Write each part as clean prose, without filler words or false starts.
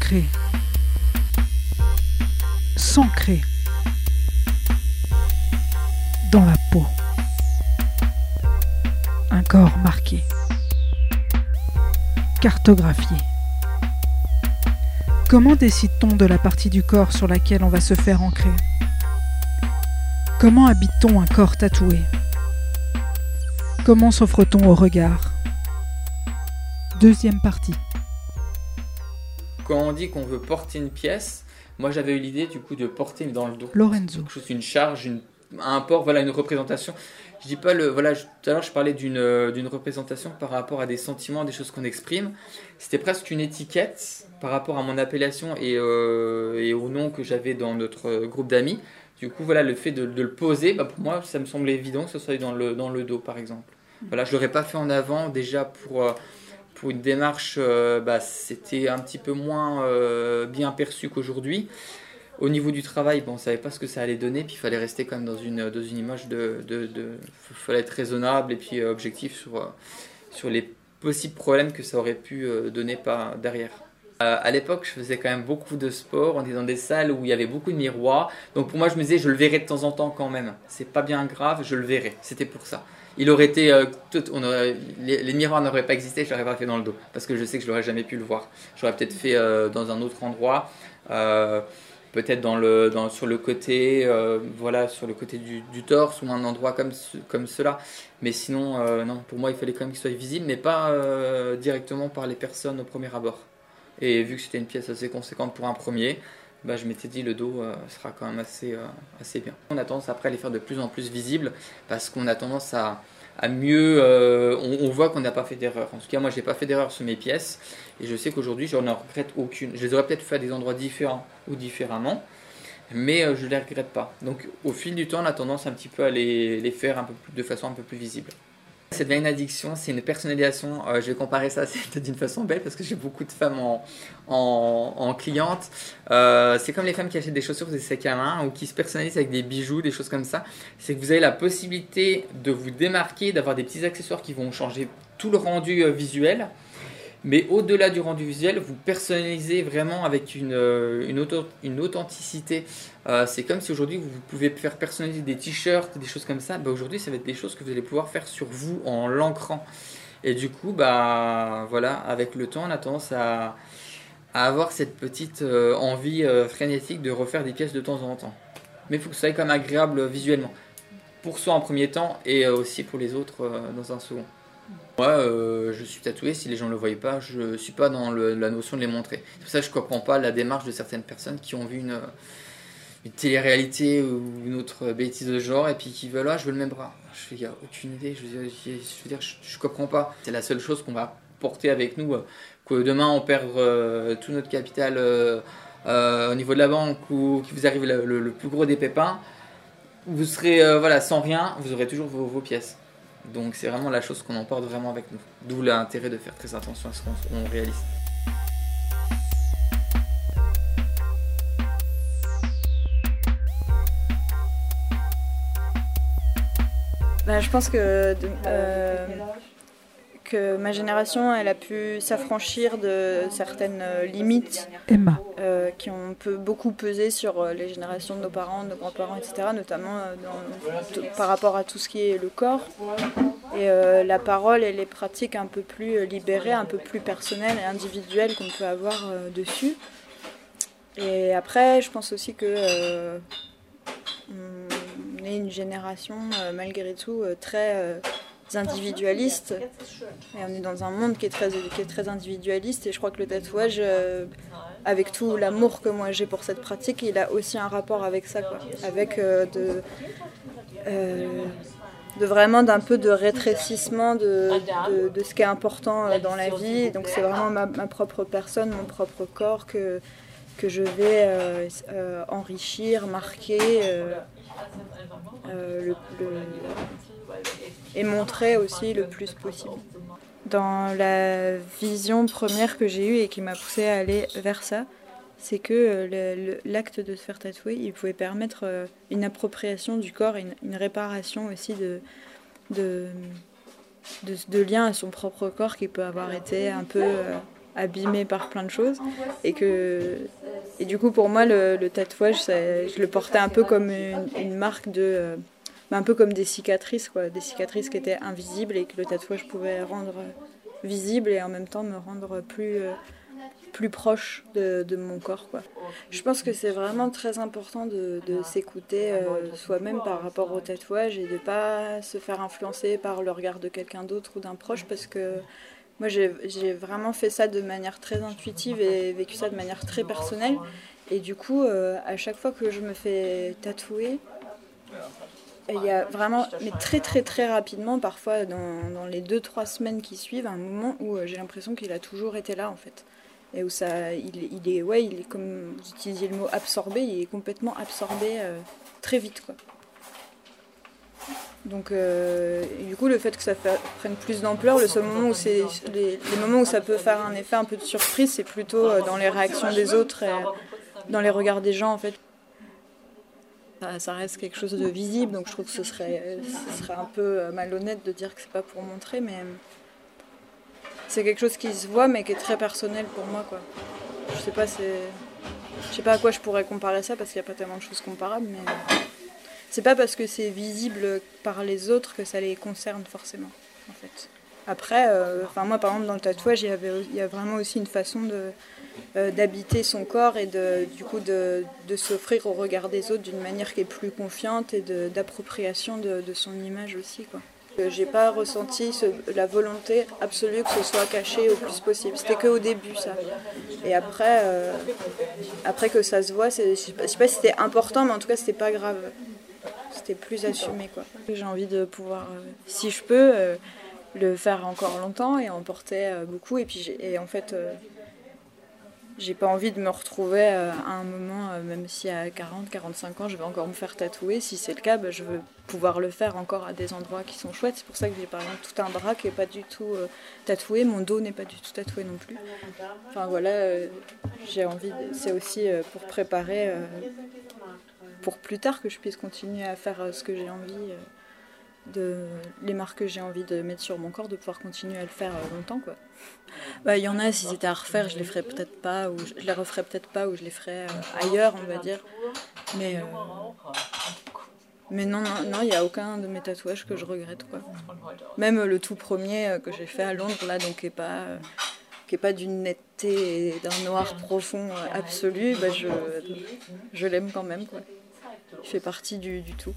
ancré, s'ancrer dans la peau. Un corps marqué, cartographié. Comment décide-t-on de la partie du corps sur laquelle on va se faire ancrer? Comment habite-t-on un corps tatoué? Comment s'offre-t-on au regard? Deuxième partie. Quand on dit qu'on veut porter une pièce, moi j'avais eu l'idée du coup de porter dans le dos. Lorenzo. Quelque chose, une charge, un port, voilà, une représentation. Je dis pas tout à l'heure je parlais d'une représentation par rapport à des sentiments, des choses qu'on exprime. C'était presque une étiquette par rapport à mon appellation et au nom que j'avais dans notre groupe d'amis. Du coup, voilà, le fait de le poser, pour moi, ça me semblait évident que ce soit dans le dos, par exemple. Voilà, je l'aurais pas fait en avant déjà pour une démarche, c'était un petit peu moins bien perçu qu'aujourd'hui. Au niveau du travail, on ne savait pas ce que ça allait donner, puis il fallait rester quand même dans une image fallait être raisonnable et puis objectif sur les possibles problèmes que ça aurait pu donner derrière. À l'époque, je faisais quand même beaucoup de sport. On était dans des salles où il y avait beaucoup de miroirs. Donc pour moi, je me disais, je le verrai de temps en temps quand même. C'est pas bien grave, je le verrai. C'était pour ça. Il aurait été, les miroirs n'auraient pas existé, je l'aurais pas fait dans le dos, parce que je sais que je l'aurais jamais pu le voir. J'aurais peut-être fait dans un autre endroit, peut-être sur le côté, sur le côté du torse ou un endroit comme cela. Mais sinon, non, pour moi, il fallait quand même qu'il soit visible, mais pas directement par les personnes au premier abord. Et vu que c'était une pièce assez conséquente pour un premier, je m'étais dit le dos sera quand même assez bien. On a tendance après à les faire de plus en plus visibles parce qu'on a tendance à mieux... on voit qu'on n'a pas fait d'erreur. En tout cas, moi, je n'ai pas fait d'erreur sur mes pièces et je sais qu'aujourd'hui, je n'en regrette aucune. Je les aurais peut-être fait à des endroits différents ou différemment, mais je ne les regrette pas. Donc, au fil du temps, on a tendance un petit peu à les faire de façon un peu plus visible. C'est devient une addiction, c'est une personnalisation. Je vais comparer ça d'une façon belle parce que j'ai beaucoup de femmes en clientes. C'est comme les femmes qui achètent des chaussures, des sacs à main ou qui se personnalisent avec des bijoux, des choses comme ça. C'est que vous avez la possibilité de vous démarquer, d'avoir des petits accessoires qui vont changer tout le rendu visuel. Mais au-delà du rendu visuel, vous personnalisez vraiment avec une authenticité. C'est comme si aujourd'hui vous pouvez faire personnaliser des t-shirts, des choses comme ça. Aujourd'hui, ça va être des choses que vous allez pouvoir faire sur vous en l'ancrant. Et du coup, avec le temps, on a tendance à avoir cette petite envie frénétique de refaire des pièces de temps en temps. Mais il faut que ça soit quand même agréable visuellement. Pour soi en premier temps et aussi pour les autres dans un second. Moi, je suis tatoué, si les gens ne le voyaient pas, je ne suis pas dans la notion de les montrer. C'est pour ça que je ne comprends pas la démarche de certaines personnes qui ont vu une télé-réalité ou une autre bêtise de genre et puis qui veulent, je veux le même bras. Il n'y a aucune idée, je comprends pas. C'est la seule chose qu'on va porter avec nous, que demain on perd tout notre capital au niveau de la banque ou qu'il vous arrive le plus gros des pépins. Vous serez sans rien, vous aurez toujours vos pièces. Donc c'est vraiment la chose qu'on emporte vraiment avec nous. D'où l'intérêt de faire très attention à ce qu'on réalise. Je pense que ma génération, elle a pu s'affranchir de certaines limites Emma. qui ont beaucoup pesé sur les générations de nos parents, de nos grands-parents, etc., notamment par rapport à tout ce qui est le corps. Et la parole et les pratiques un peu plus libérées, un peu plus personnelles et individuelles qu'on peut avoir dessus. Et après, je pense aussi que on est une génération, malgré tout, très individualiste. Et on est dans un monde qui est très individualiste. Et je crois que le tatouage, avec tout l'amour que moi j'ai pour cette pratique, il a aussi un rapport avec ça, quoi. Avec vraiment d'un peu de rétrécissement de ce qui est important dans la vie. Donc c'est vraiment ma propre personne, mon propre corps que je vais enrichir, marquer et montrer aussi le plus possible. Dans la vision première que j'ai eue et qui m'a poussée à aller vers ça, c'est que l'acte de se faire tatouer, il pouvait permettre une appropriation du corps et une réparation aussi de lien à son propre corps qui peut avoir été un peu abîmé par plein de choses. Et du coup, pour moi, le tatouage, je le portais un peu comme une marque un peu comme des cicatrices, quoi. Des cicatrices qui étaient invisibles et que le tatouage pouvait rendre visible et en même temps me rendre plus proche de mon corps, quoi. Je pense que c'est vraiment très important de s'écouter soi-même par rapport au tatouage et de pas se faire influencer par le regard de quelqu'un d'autre ou d'un proche, parce que moi j'ai vraiment fait ça de manière très intuitive et vécu ça de manière très personnelle. Et du coup, à chaque fois que je me fais tatouer, il y a vraiment, mais très très très rapidement, parfois dans les 2-3 semaines qui suivent, un moment où j'ai l'impression qu'il a toujours été là en fait. Et où il est comme vous utilisiez le mot absorbé, il est complètement absorbé très vite, quoi. Donc du coup, le fait que ça prenne plus d'ampleur, le seul moment où les moments où ça peut faire un effet un peu de surprise, c'est plutôt dans les réactions des autres et dans les regards des gens en fait. Ça reste quelque chose de visible, donc je trouve que ce serait un peu malhonnête de dire que c'est pas pour montrer, mais c'est quelque chose qui se voit mais qui est très personnel pour moi, quoi. Je sais pas à quoi je pourrais comparer ça parce qu'il n'y a pas tellement de choses comparables, mais c'est pas parce que c'est visible par les autres que ça les concerne forcément, en fait. Après, moi par exemple dans le tatouage, il y a vraiment aussi une façon d'habiter son corps et du coup de s'offrir au regard des autres d'une manière qui est plus confiante et d'appropriation de son image aussi, quoi. J'ai pas ressenti la volonté absolue que ce soit caché au plus possible. C'était qu'au début, ça. Et après que ça se voit, je sais pas si c'était important, mais en tout cas c'était pas grave. C'était plus assumé, quoi. J'ai envie de pouvoir, si je peux, le faire encore longtemps et en porter beaucoup. Et puis en fait, j'ai pas envie de me retrouver à un moment, même si à 40-45 ans, je vais encore me faire tatouer. Si c'est le cas, je veux pouvoir le faire encore à des endroits qui sont chouettes. C'est pour ça que j'ai par exemple tout un bras qui n'est pas du tout tatoué. Mon dos n'est pas du tout tatoué non plus. Enfin voilà, j'ai envie, c'est aussi pour préparer pour plus tard que je puisse continuer à faire ce que j'ai envie, les marques que j'ai envie de mettre sur mon corps, de pouvoir continuer à le faire longtemps, quoi. Il y en a, si c'était à refaire, je les ferais peut-être pas, ou je les referais peut-être pas, ou je les ferais ailleurs, on va dire. Mais non, il n'y a aucun de mes tatouages que je regrette, quoi. Même le tout premier que j'ai fait à Londres, là, donc qui est pas d'une netteté et d'un noir profond absolu, je l'aime quand même, quoi. Il fait partie du tout.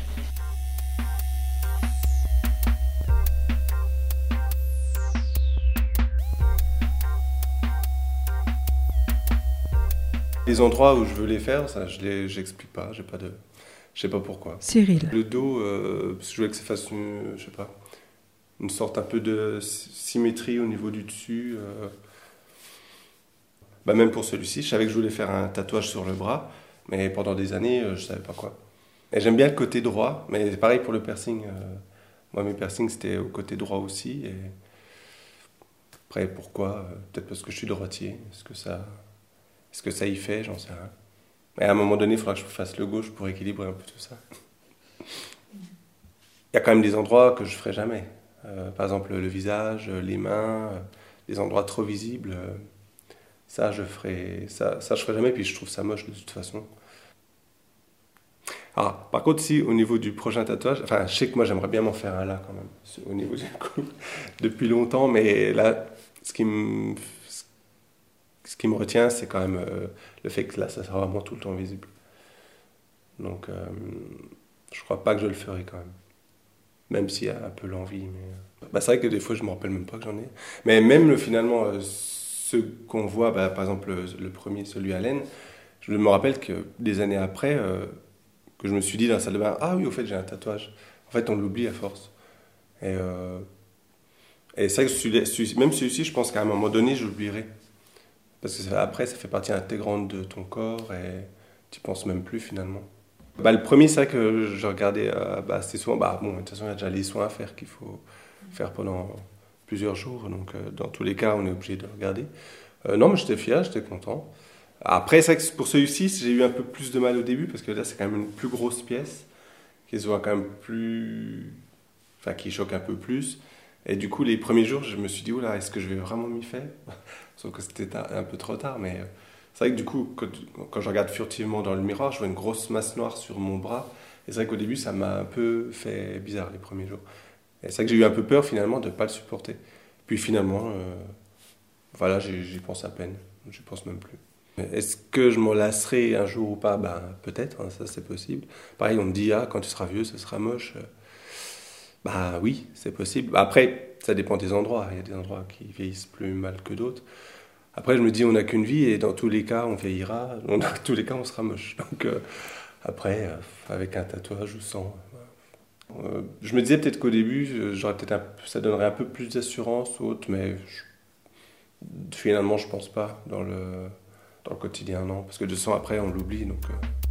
Les endroits où je veux les faire, ça, j'explique pas, je sais pas pourquoi. Cyril. Le dos, parce que je voulais que ça fasse une sorte un peu de symétrie au niveau du dessus. Même pour celui-ci, je savais que je voulais faire un tatouage sur le bras, mais pendant des années, je savais pas quoi. Et j'aime bien le côté droit, mais c'est pareil pour le piercing. Moi, mes piercings, c'était au côté droit aussi. Et après, pourquoi peut-être parce que je suis droitier. Est-ce que ça y fait? J'en sais rien. Mais à un moment donné, il faudra que je fasse le gauche pour équilibrer un peu tout ça. Il y a quand même des endroits que je ferai jamais. Par exemple, le visage, les mains, des endroits trop visibles. Ça, je ferai jamais, puis je trouve ça moche de toute façon. Ah, par contre, si au niveau du prochain tatouage, enfin, je sais que moi j'aimerais bien m'en faire un là quand même, au niveau du cou, depuis longtemps, mais là, ce qui me retient, c'est quand même le fait que là, ça sera vraiment tout le temps visible. Donc, je crois pas que je le ferai quand même s'il y a un peu l'envie. Mais c'est vrai que des fois, je me rappelle même pas que j'en ai. Mais même finalement, ce qu'on voit, par exemple le premier, celui à laine, je me rappelle que des années après, que je me suis dit dans la salle de bain, ah oui, au fait, j'ai un tatouage. En fait, on l'oublie à force. Et c'est vrai que même celui-ci, je pense qu'à un moment donné, je l'oublierai. Parce que après, ça fait partie intégrante de ton corps et tu penses même plus finalement. Le premier, c'est vrai que je regardais assez souvent. De toute façon, il y a déjà les soins à faire qu'il faut faire pendant plusieurs jours. Donc, dans tous les cas, on est obligé de le regarder. Non, mais j'étais fier, j'étais content. Après, c'est vrai que pour celui-ci, j'ai eu un peu plus de mal au début parce que là, c'est quand même une plus grosse pièce qui se voit quand même plus. Enfin, qui choque un peu plus. Et du coup, les premiers jours, je me suis dit, oula, est-ce que je vais vraiment m'y faire? Sauf que c'était un peu trop tard, mais c'est vrai que du coup, quand je regarde furtivement dans le miroir, je vois une grosse masse noire sur mon bras. Et c'est vrai qu'au début, ça m'a un peu fait bizarre les premiers jours. Et c'est vrai que j'ai eu un peu peur finalement de ne pas le supporter. Puis finalement, voilà, j'y pense à peine. J'y pense même plus. Est-ce que je m'en lasserai un jour ou pas? Ben, peut-être, hein, ça c'est possible. Pareil, on me dit, ah, quand tu seras vieux, ce sera moche. Bah oui, c'est possible. Après, ça dépend des endroits. Il y a des endroits qui vieillissent plus mal que d'autres. Après, je me dis, on n'a qu'une vie et dans tous les cas, on vieillira. Dans tous les cas, on sera moche. Donc après, avec un tatouage ou sans. Je me disais peut-être qu'au début, ça donnerait un peu plus d'assurance ou autre, mais finalement, je pense pas dans le quotidien, non. Parce que 200 après, on l'oublie. Donc,